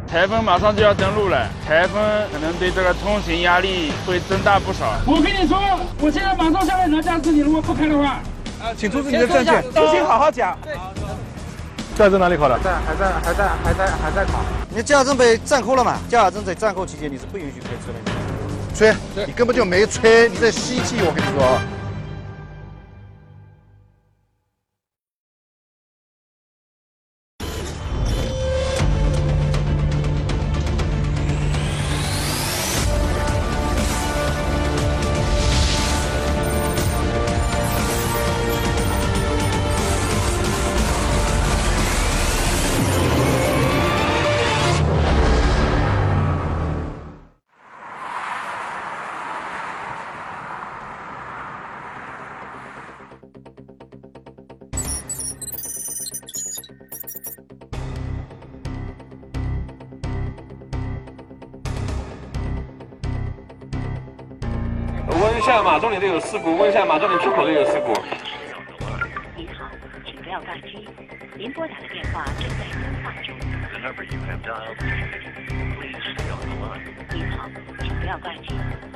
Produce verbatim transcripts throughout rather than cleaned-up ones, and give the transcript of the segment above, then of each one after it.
台风马上就要登陆了，台风可能对这个通行压力会增大不少。 我跟你说，我现在马上下来拿驾驶，你如果不开的话， 啊，请出示你的证件，事情好好讲。 驾证哪里考的？ 在还在还在还在还在考。你的驾证被暂扣了嘛？驾证在暂扣期间你是不允许开车的。 吹，你根本就没吹，你在吸气，我跟你说。 温夏马中里都有事故，温夏马中里出口都有事故。 您好，请不要挂机，您拨打的电话正在通话中。您好，请不要挂机。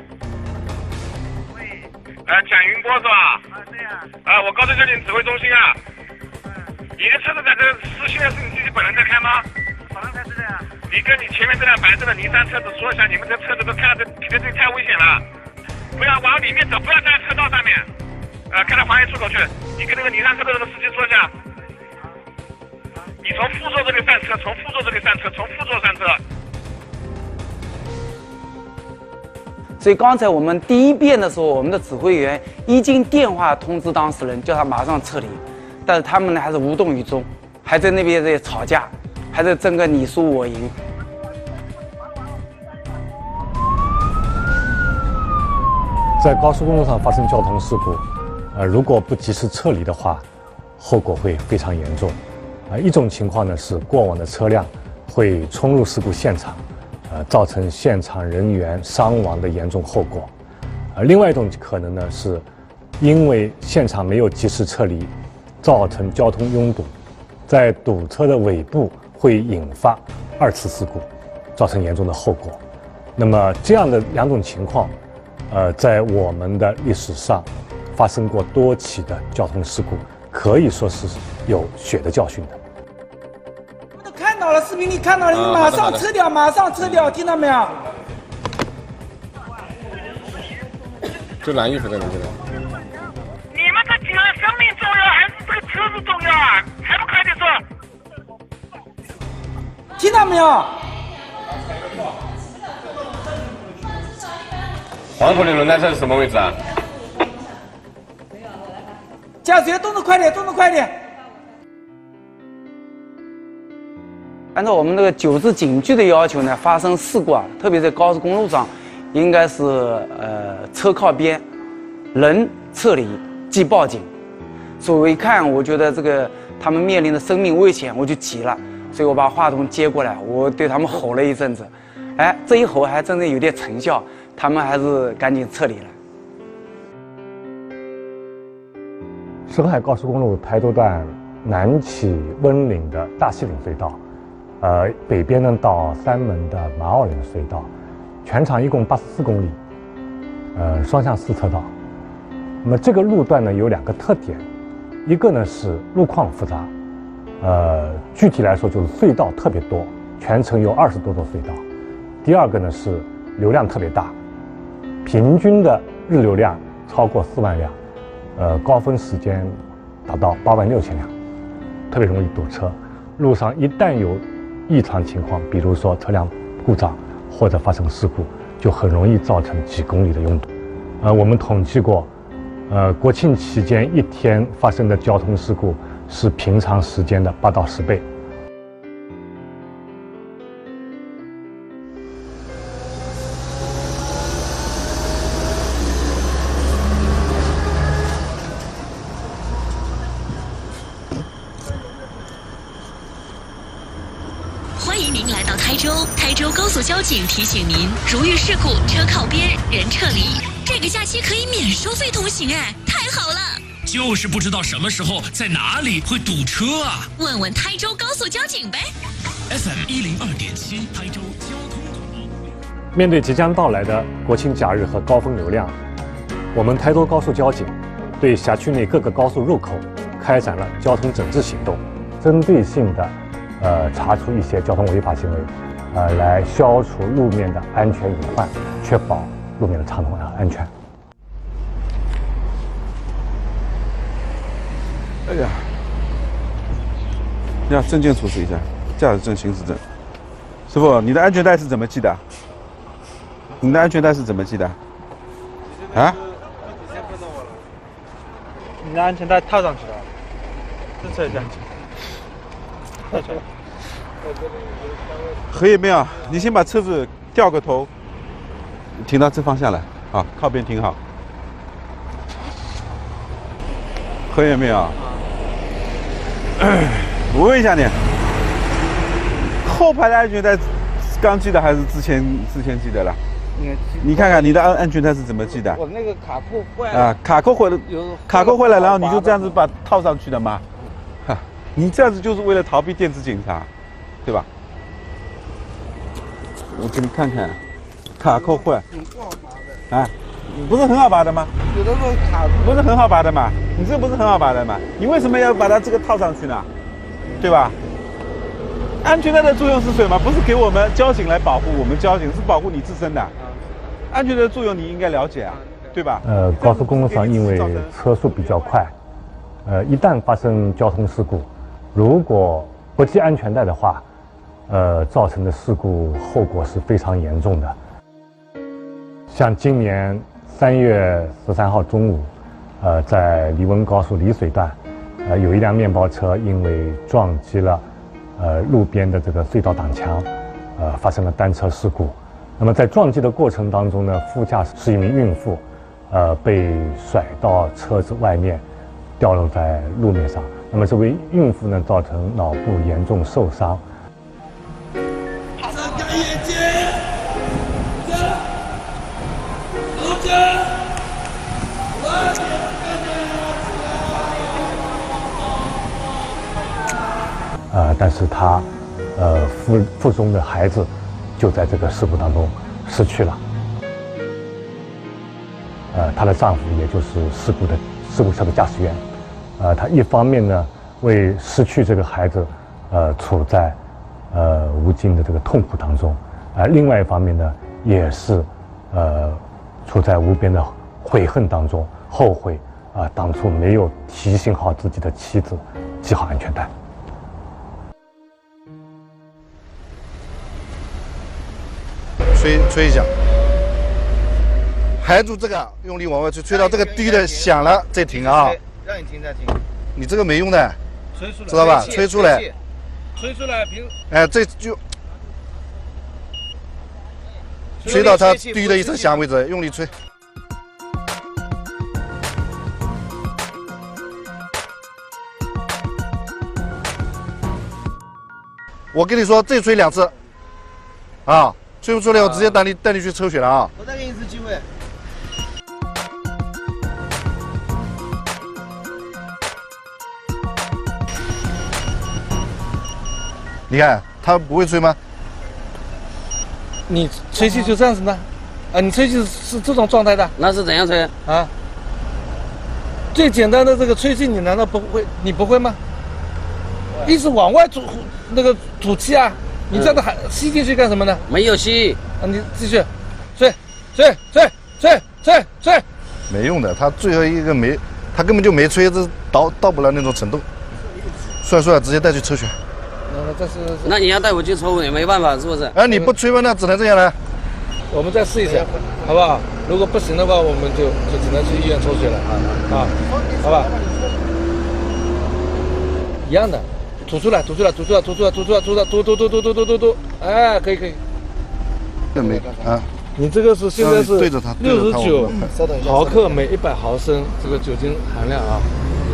喂，呃，蒋云波是吧？啊，对呀。啊，我高速交警指挥中心啊。你的车子在这是现在是你自己本人在开吗？本人开是的呀。你跟你前面这辆白色的尼桑车子说一下，你们这车子都开的这这太危险了。不要往里面走，不要站在车道上面，呃，开到防疫出口去。你跟那个尼桑车的那个司机说一下，你从副座这里上车，从副座这里上车，从副座上车。 所以刚才我们第一遍的时候，我们的指挥员已经电话通知当事人，叫他马上撤离，但是他们呢还是无动于衷，还在那边在吵架，还在争个你输我赢。 在高速公路上发生交通事故，呃，如果不及时撤离的话，后果会非常严重。啊、呃，一种情况呢是过往的车辆会冲入事故现场，呃，造成现场人员伤亡的严重后果。呃，另外一种可能呢是，因为现场没有及时撤离，造成交通拥堵，在堵车的尾部会引发二次事故，造成严重的后果。那么这样的两种情况。呃，在我们的历史上，发生过多起的交通事故，可以说是有血的教训的。 我们都看到了视频，你看到了，你马上撤掉，马上撤掉，听到没有？ 这蓝衣服的人， 你们这几个人生命重要还是这个车子重要啊？还不快点说？ 听到没有？ 黄头的轮胎车是什么位置啊？ 驾驶员动作快点，动作快点。 按照我们这个九字警句的要求呢，发生事故啊，特别在高速公路上，应该是呃车靠边，人撤离即报警。所以我一看，我觉得这个他们面临的生命危险，我就急了，所以我把话筒接过来，我对他们吼了一阵子。哎，这一吼还真的有点成效。他们还是赶紧撤离了。 沈海高速公路台州段南起温岭的大西岭隧道，呃，北边呢到三门的马坳岭隧道，全长一共八十四公里，呃，双向四车道。那么这个路段呢有两个特点，一个呢是路况复杂，呃，具体来说就是隧道特别多，全程有二十多座隧道。第二个呢是流量特别大。平均的日流量超过四万辆，呃，高峰时间达到八万六千辆，特别容易堵车。路上一旦有异常情况，比如说车辆故障或者发生事故，就很容易造成几公里的拥堵。呃，我们统计过，呃，国庆期间一天发生的交通事故是平常时间的八到十倍。 高速交警提醒您：如遇事故，车靠边，人撤离。这个假期可以免收费通行，哎，太好了！ 就是不知道什么时候在哪里会堵车啊！ 问问台州高速交警呗。 F M 一零二点七，台州交通广播。 面对即将到来的国庆假日和高峰流量，我们台州高速交警对辖区内各个高速入口开展了交通整治行动，针对性的呃查处一些交通违法行为，呃来消除路面的安全隐患，确保路面的畅通和安全。 哎呀，要证件出示一下，驾驶证、行驶证。师傅，你的安全带是怎么系的？你的安全带是怎么系的？啊？ 你的安全带套上去了，侦测一下。套上。 可以没有？你先把车子掉个头，停到这方向来，好，靠边停好。可以没有？我问一下你，后排的安全带刚系的还是之前之前系的了？你看看你的安安全带是怎么系的？ 我那个卡扣坏了。啊，卡扣坏了，卡扣坏了，然后你就这样子把套上去的吗？哈，你这样子就是为了逃避电子检查，对吧？我给你看看，卡扣坏，啊，不是很好拔的吗？ 有的时候卡不是很好拔的嘛？你这不是很好拔的嘛？你为什么要把它这个套上去呢？对吧？安全带的作用是什么？不是给我们交警来保护我们交警，是保护你自身的。安全带的作用你应该了解啊，对吧？ 呃，高速公路上因为车速比较快，呃，一旦发生交通事故，如果不系安全带的话，呃，造成的事故后果是非常严重的。像今年三月十三号中午，呃，在黎温高速丽水段，呃，有一辆面包车因为撞击了呃路边的这个隧道挡墙，呃，发生了单车事故。那么在撞击的过程当中呢，副驾驶是一名孕妇，呃，被甩到车子外面，掉落在路面上。那么这位孕妇呢，造成脑部严重受伤。 睁开眼睛，走，走， 呃，但是她，呃，腹腹中的孩子就在这个事故当中失去了。呃，她的丈夫也就是事故的事故车的驾驶员，呃，他一方面呢为失去这个孩子，呃，处在呃无尽的这个痛苦当中，而、呃、另外一方面呢也是呃处在无边的悔恨当中，后悔啊、呃、当初没有提醒好自己的妻子系好安全带。 吹吹一下，还住这个，用力往外吹，吹到这个低的响了再停啊！ 让你停再停。 你这个没用的， 吹出来， 知道吧？吹出来， 吹出来，平。 哎，这就吹到它低的一声响为止，用力吹。我跟你说，再吹两次，啊！吹不出来，我直接带你带你去抽血了啊！ 我再给你一次机会。 你看他不会吹吗？ 你吹气就这样子呢？啊，你吹气是这种状态的？ 那是怎样吹啊？最简单的这个吹气，你难道不会？你不会吗？一直往外吐那个吐气啊！你这样的还吸进去干什么呢？ 没有吸啊！你继续，吹，吹，吹，吹，吹，吹， 没用的。他最后一个没，他根本就没吹，这到到不了那种程度。算了算了，直接带去抽血。 那这是…… 那你要带我去抽也没办法，是不是？ 哎，你不吹吧，那只能这样了。 我们再试一下，好不好？如果不行的话，我们就就只能去医院抽血了啊啊，好吧？一样的。吐出来，吐出来，吐出来，吐出来，吐出来，吐出来，吐吐吐吐吐吐吐吐，哎，可以可以。 这没啊？ 你这个是现在是对着它六十九毫克每一百毫升这个酒精含量啊。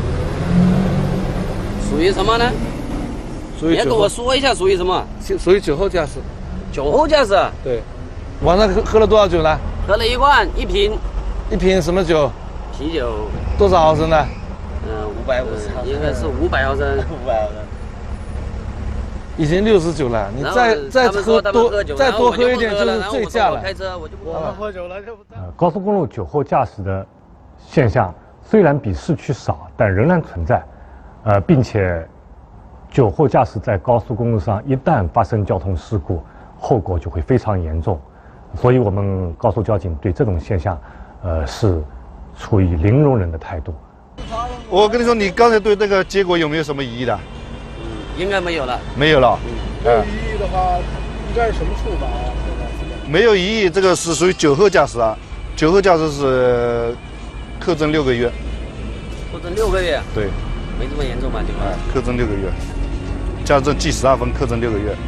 属于什么呢？ 属于你要跟我说一下属于什么？ 属于酒后驾驶。 酒后驾驶？ 对。晚上喝喝了多少酒呢？ 喝了一罐，一瓶。 一瓶什么酒？ 啤酒。 多少毫升呢？ 嗯，五百五十，应该是五百毫升。五百毫升。 已经六十九了，你再再喝多再多喝一点就是醉驾了。 开车我就不喝了。 喝酒了就不。 呃，高速公路酒后驾驶的现象虽然比市区少，但仍然存在。呃，并且酒后驾驶在高速公路上一旦发生交通事故，后果就会非常严重。所以我们高速交警对这种现象，呃，是处于零容忍的态度。 我跟你说，你刚才对这个结果有没有什么异议的？ 嗯，应该没有了。 没有了。 嗯，没有异议的话，应该是什么处罚啊？ 没有异议，这个是属于酒后驾驶啊。酒后驾驶是课征六个月。 课征六个月？ 对。 没这么严重吧？这个。 哎，课征六个月，驾证记十二分，课征六个月。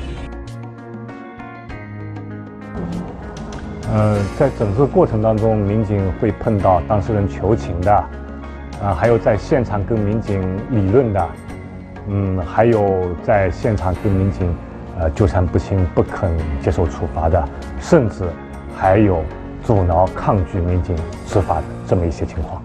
呃，在整个过程当中，民警会碰到当事人求情的，啊、呃，还有在现场跟民警理论的，嗯，还有在现场跟民警呃纠缠不清、不肯接受处罚的，甚至还有阻挠、抗拒民警执法的这么一些情况。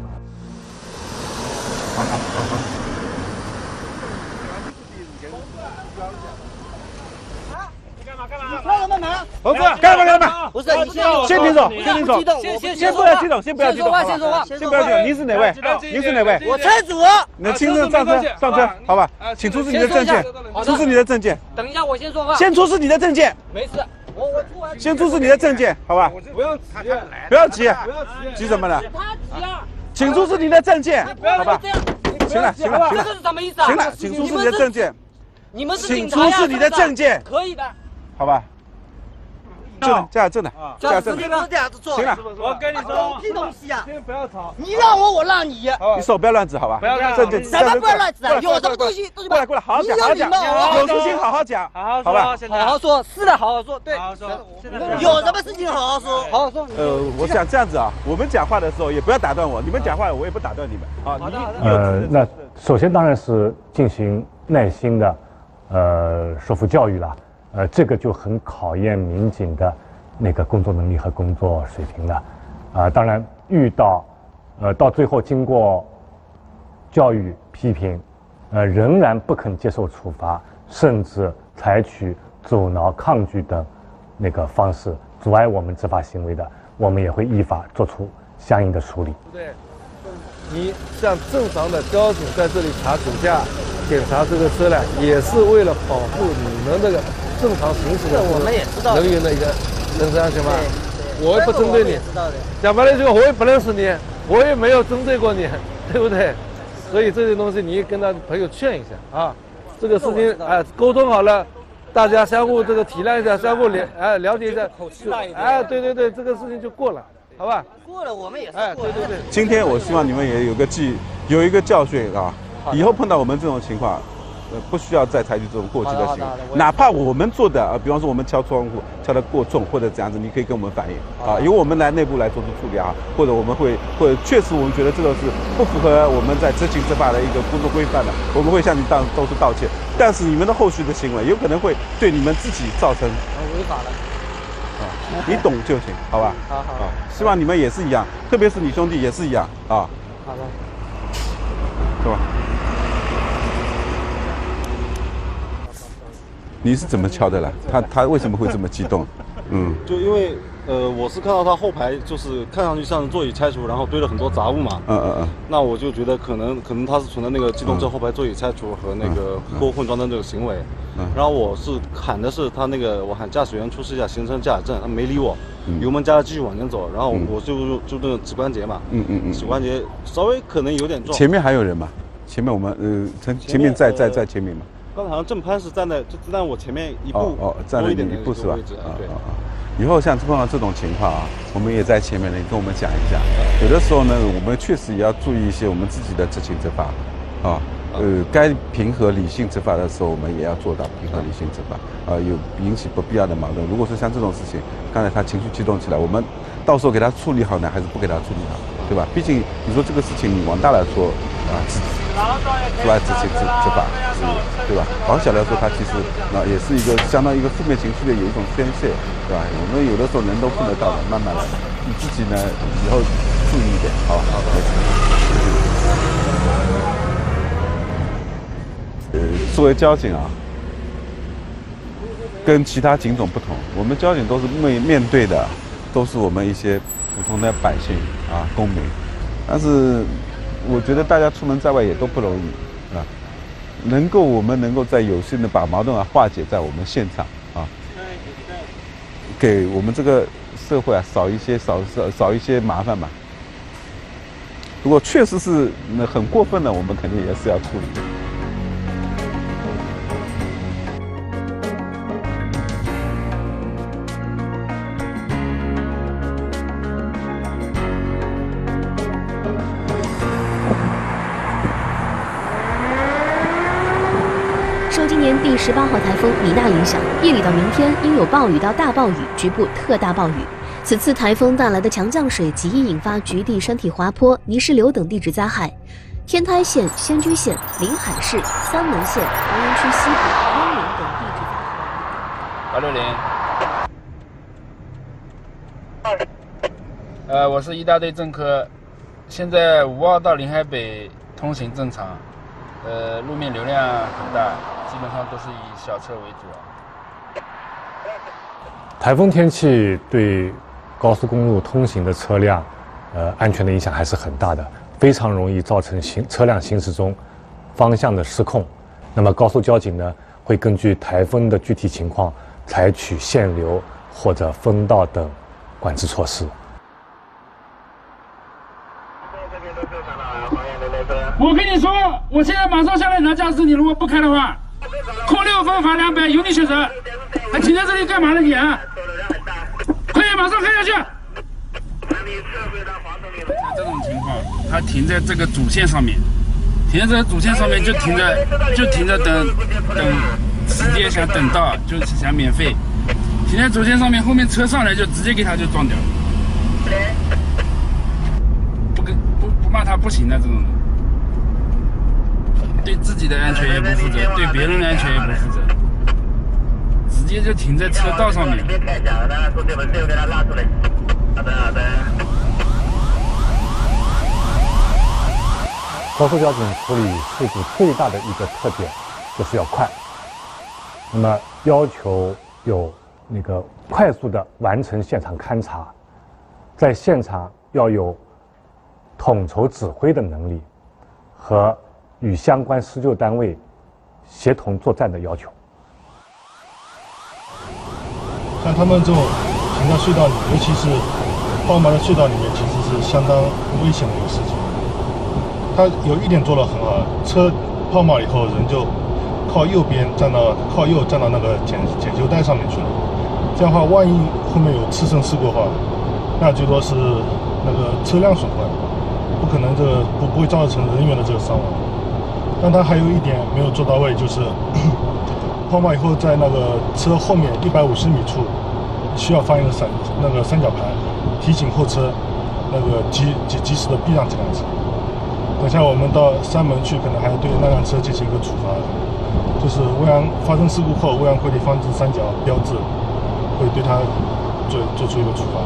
猴子，干嘛干嘛？ 不是，你先先停手，先停手， 先先先不要激动，先不要激动， 先说话， 先不要激动。您是哪位？您是哪位？ 我车主。 你的亲自上车，上车，好吧？请出示你的证件，出示你的证件。 等一下，我先说话。 先出示你的证件。 没事，我我出完。 先出示你的证件，好吧？ 不要急， 不要急，急什么呢？ 他急啊！ 请出示你的证件，好吧？行了，行了，行了， 这个是什么意思啊？ 行了，请出示你的证件。 你们是请警察呀？ 出示你的证件。 可以的。 好吧。正的，加正的，加正的。 是这样子做。 行了， 我跟你说， 屁东西啊！ 先不要吵。 你让我，我让你。 你手不要乱指，好吧？ 不要乱指。 什么不要乱指啊？有什么东西？ 过来过来，好好讲，好好讲，有事情好好讲， 好好好吧？ 好好说，是的，好好说，对。 好好说。 有什么事情好好说，好好说。 呃，我想这样子啊，我们讲话的时候也不要打断我，你们讲话我也不打断你们啊。 好的好的。 呃，那首先当然是进行耐心的，呃，说服教育了。呃，这个就很考验民警的那个工作能力和工作水平了。啊、呃，当然遇到，呃，到最后经过教育批评，呃，仍然不肯接受处罚，甚至采取阻挠、抗拒等那个方式阻碍我们执法行为的，我们也会依法做出相应的处理。 对，你像正常的交警在这里查酒驾、检查这个车辆，也是为了保护你们这个正常行驶的我们也知道人员的一个人身安全嘛。我也不针对你， 的讲白了一句，我也不认识你，我也没有针对过你，对不对？所以这些东西你跟他朋友劝一下啊，这个事情哎沟通好了，大家相互这个体谅一下，相互了哎了解一下， 口气大一点， 哎对对对，这个事情就过了，好吧？ 过了我们也是哎对对对。 今天我希望你们也有个记，有一个教训啊，以后碰到我们这种情况。呃，不需要再采取这种过激的行为，哪怕我们做的啊，比方说我们敲窗户敲得过重或者怎样子，你可以跟我们反映啊，由我们来内部来做出处理啊，或者我们会，或者确实我们觉得这个是不符合我们在执行执法的一个工作规范的，我们会向你当做出道歉。但是你们的后续的行为有可能会对你们自己造成违法的， 啊，你懂就行，好吧？ 好好啊，希望你们也是一样，特别是你兄弟也是一样啊。 好的， 是吧？你是怎么敲的啦？他他为什么会这么激动？嗯， 就因为呃，我是看到他后排就是看上去像是座椅拆除，然后堆了很多杂物嘛。 嗯嗯嗯。 那我就觉得可能可能他是存在那个机动车后排座椅拆除和那个过混装灯这个行为。嗯。然后我是喊的是他那个，我喊驾驶员出示一下行车驾驶证，他没理我，油门加了继续往前走，然后我就就那个指关节嘛。嗯嗯嗯。指关节稍微可能有点重。 前面还有人吗？前面我们呃前前面在在在前面嘛。 刚才好像正潘是站在就站在我前面一步哦哦，站了一步是吧？ 啊对。 以后像碰到这种情况啊，我们也在前面呢，你跟我们讲一下。有的时候呢，我们确实也要注意一些我们自己的执行执法，啊，呃，该平和理性执法的时候，我们也要做到平和理性执法，啊，有引起不必要的矛盾。如果是像这种事情，刚才他情绪激动起来，我们到时候给他处理好呢，还是不给他处理好，对吧？毕竟你说这个事情，你往大来说啊，自阻碍执行执执法，是，对吧？往小来说，它其实啊也是一个相当于一个负面情绪的有一种宣泄，对吧？我们有的时候人都碰得到的，慢慢来，你自己呢以后注意一点，好吧？好的。呃，作为交警啊， 跟其他警种不同，我们交警都是面面对的，都是我们一些普通的百姓啊公民，但是我觉得大家出门在外也都不容易啊，能够我们能够在有限的把矛盾啊化解在我们现场啊，给我们这个社会啊少一些少少少一些麻烦吧。如果确实是那很过分的，我们肯定也是要处理。 受今年第十八号台风米娜影响，夜里到明天应有暴雨到大暴雨，局部特大暴雨。此次台风带来的强降水极易引发局地山体滑坡、泥石流等地质灾害。天台县、仙居县、临海市、三门县、黄岩区西部、鄢陵等地质灾害。 八六零。呃，我是一大队政科，现在五号到临海北通行正常，呃，路面流量很大，基本上都是以小车为主。 台风天气对高速公路通行的车辆，呃，安全的影响还是很大的，非常容易造成行车辆行驶中方向的失控。那么高速交警呢，会根据台风的具体情况，采取限流或者封道等管制措施。 我跟你说，我现在马上下来拿驾驶，你如果不开的话，扣六分罚两百，有你选择。还停在这里干嘛呢你啊？快点，马上开下去！这种情况，他停在这个主线上面，停在这个主线上面就停着，就停着等等时间，想等到就想免费，停在主线上面，后面车上来就直接给他就撞掉了。不跟不不骂他不行的这种人，对自己的安全也不负责，对别人的安全也不负责。直接就停在车道上面。 高速交警处理事故最大的一个特点就是要快，那么要求有那个快速的完成现场勘查，在现场要有统筹指挥的能力和与相关施救单位协同作战的要求。 像他们这种停在隧道里，尤其是爆满的隧道里面，其实是相当危险的一个事情。他有一点做得很好，车抛锚以后，人就靠右边站到靠右站到那个检检修带上面去了。这样的话，万一后面有次生事故的话，那最多是那个车辆损坏，不可能这个不不会造成人员的这个伤亡。但他还有一点没有做到位，就是抛锚以后，在那个车后面一百五十米处需要放一个三那个三角牌，提醒后车那个及及及时的避让这辆车。等下我们到三门去，可能还要对那辆车进行一个处罚，就是未然发生事故后，未然规定放置三角标志，会对他做做出一个处罚。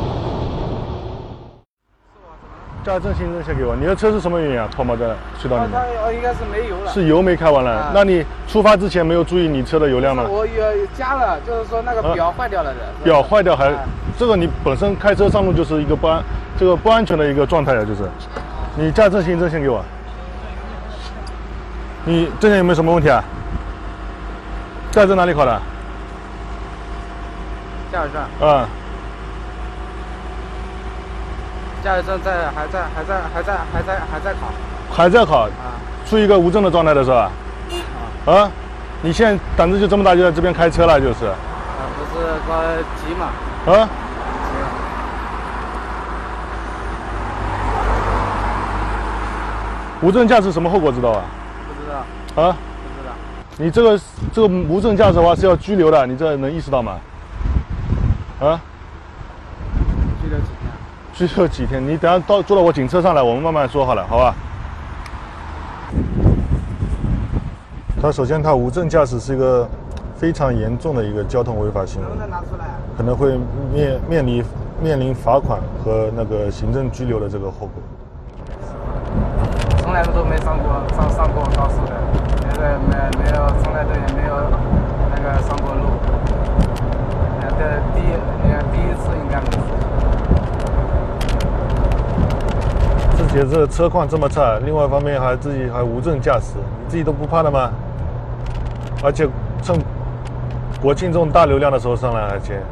驾驶证、行证先给我。你的车是什么原因啊？抛锚在隧道里面？ 它应该是没油了。 是油没开完了。 啊、 那你出发之前没有注意你车的油量吗？ 我有加了，就是说那个表坏掉了的。 啊、表坏掉还、啊、这个你本身开车上路就是一个不安这个不安全的一个状态啊，就是。你驾驶证、行证先给我。你证件有没有什么问题啊？驾驶证哪里考的？ 驾驶证。 嗯。 驾驶证在还在还在还在还在还在考， 还在考，啊，处于一个无证的状态的是吧？啊，啊，你现在胆子就这么大，就在这边开车了，就是。 啊，不是高急嘛？ 啊。无证驾驶什么后果知道啊？ 不知道。 啊？ 不知道。 你这个这个无证驾驶的话是要拘留的，你这能意识到吗？啊？ 拘留几天？ 拘留几天？你等下到坐到我警车上来，我们慢慢说好了，好吧？他首先，他无证驾驶是一个非常严重的一个交通违法行为，可能会面面临面临罚款和那个行政拘留的这个后果。 从来都没上过上上过高速的，没没没有，从来都也没有那个上过路。 且这个车况这么差，另外一方面还自己还无证驾驶，你自己都不怕的吗？而且趁国庆这种大流量的时候上来，而且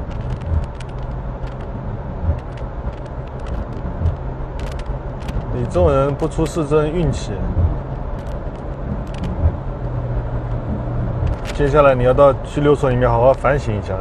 你这种人不出事真运气。接下来你要到拘留所里面好好反省一下。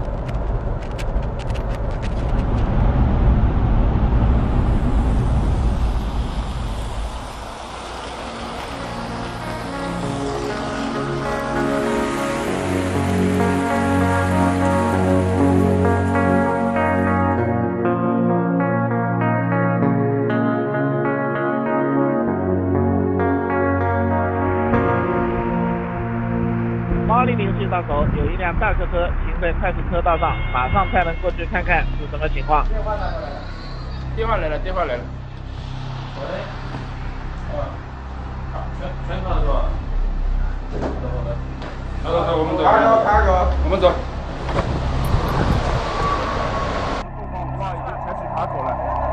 猫膩林隧道口有一辆大客车停在快速车道上，马上派人过去看看是什么情况。 电话来了，电话来了。喂。哦。好，全全卡是吧？走走走。走走走，我们走。加油加油！我们走。已经采取卡口了。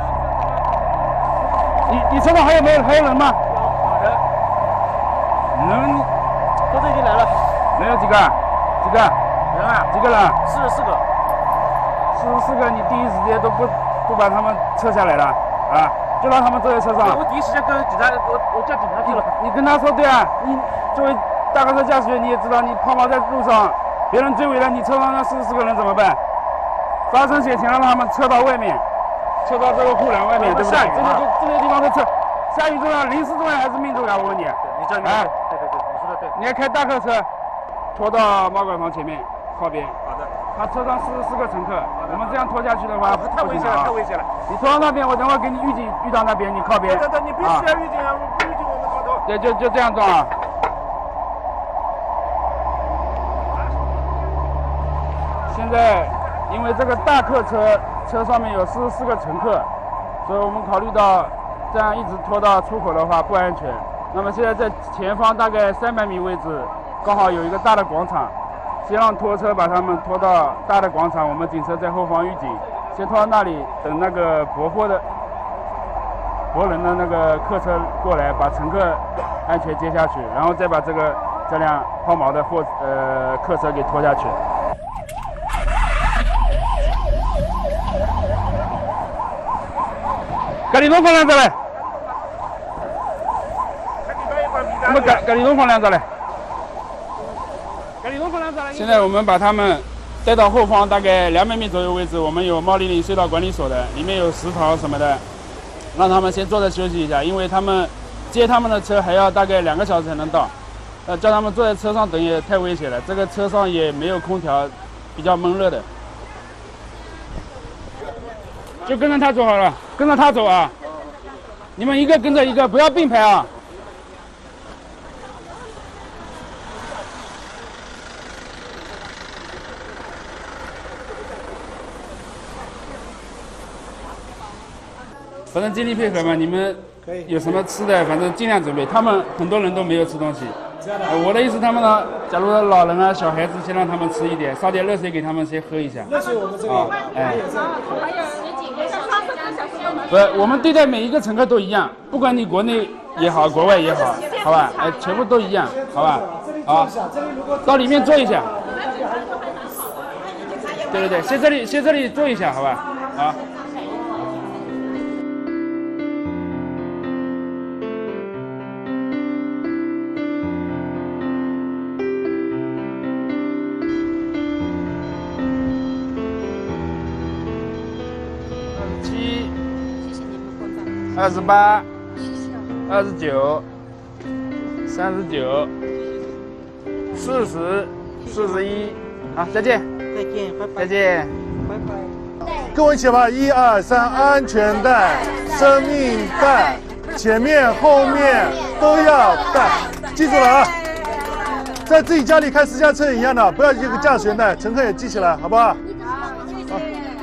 你你车上还有没有还有人吗？有人。人。车子已经来了。人有几个？几个？人啊？几个人？四十四个。四十四个，你第一时间都不不把他们撤下来了啊？就让他们坐在车上。我第一时间跟警察，我我叫警察去了。你跟他说对啊，你作为大客车驾驶员，你也知道，你抛锚在路上，别人追尾了，你车上那四十四个人怎么办？发生险情让他们撤到外面，撤到这个护栏外面，对不对？这个这这个地方都撤。下雨重要，临时重要还是命重要？我问你。你这啊？对对对，你说的对。你要开大客车。拖到猫管房前面靠边。好的。他车上四十四个乘客，我们这样拖下去的话，太危险了，太危险了。你拖到那边，我等会儿给你预警，遇到那边你靠边。对对对，你必须要预警啊！不预警我们靠头。对，就就这样装啊。现在因为这个大客车车上面有四十四个乘客，所以我们考虑到这样一直拖到出口的话不安全。那么现在在前方大概三百米位置。刚好有一个大的广场，先让拖车把他们拖到大的广场，我们警车在后方预警，先拖到那里，等那个驳货的驳人的那个客车过来，把乘客安全接下去，然后再把这个这辆抛锚的货呃客车给拖下去。格里东方向走来，我们格格里东方向走来。现在我们把他们带到后方大概两百米左右位置，我们有猫膩林隧道管理所的，里面有食堂什么的，让他们先坐着休息一下，因为他们接他们的车还要大概两个小时才能到，呃，叫他们坐在车上等也太危险了，这个车上也没有空调，比较闷热的，就跟着他走好了，跟着他走啊，你们一个跟着一个，不要并排啊。反正尽力配合嘛，你们有什么吃的，反正尽量准备。他们很多人都没有吃东西，呃、我的意思，他们呢，假如老人啊、小孩子，先让他们吃一点，烧点热水给他们先喝一下。热水我们这里，哎，还有十几个小朋友。不是，我们对待每一个乘客都一样，不管你国内也好，国外也好，好吧？哎，全部都一样，好吧？好，到里面坐一下。对对对，先这里，先这里坐一下，好吧？好。二十八，二十九，三十九，四十，四十一，好，再见，再见，拜拜，再见，拜拜。 跟我一起吧，一二三，安全带，生命带，前面后面都要带，记住了啊！在自己家里开私家车一样的，不要一个驾驶员带，乘客也记起来，好不好？好。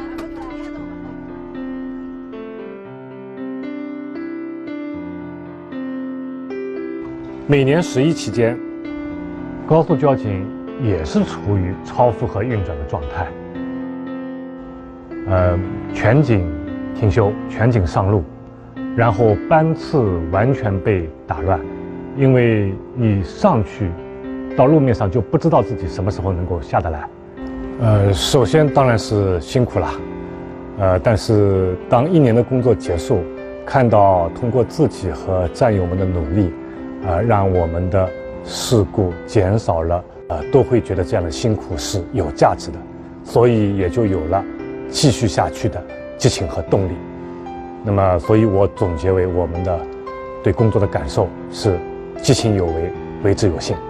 每年十一期间，高速交警也是处于超负荷运转的状态。呃，全警停休，全警上路， 然后班次完全被打乱，因为你上去到路面上就不知道自己什么时候能够下得来。呃，首先当然是辛苦了，呃，但是当一年的工作结束，看到通过自己和战友们的努力，呃，让我们的事故减少了，呃，都会觉得这样的辛苦是有价值的，所以也就有了继续下去的激情和动力。那么，所以我总结为我们的对工作的感受是：激情有为，为之有信。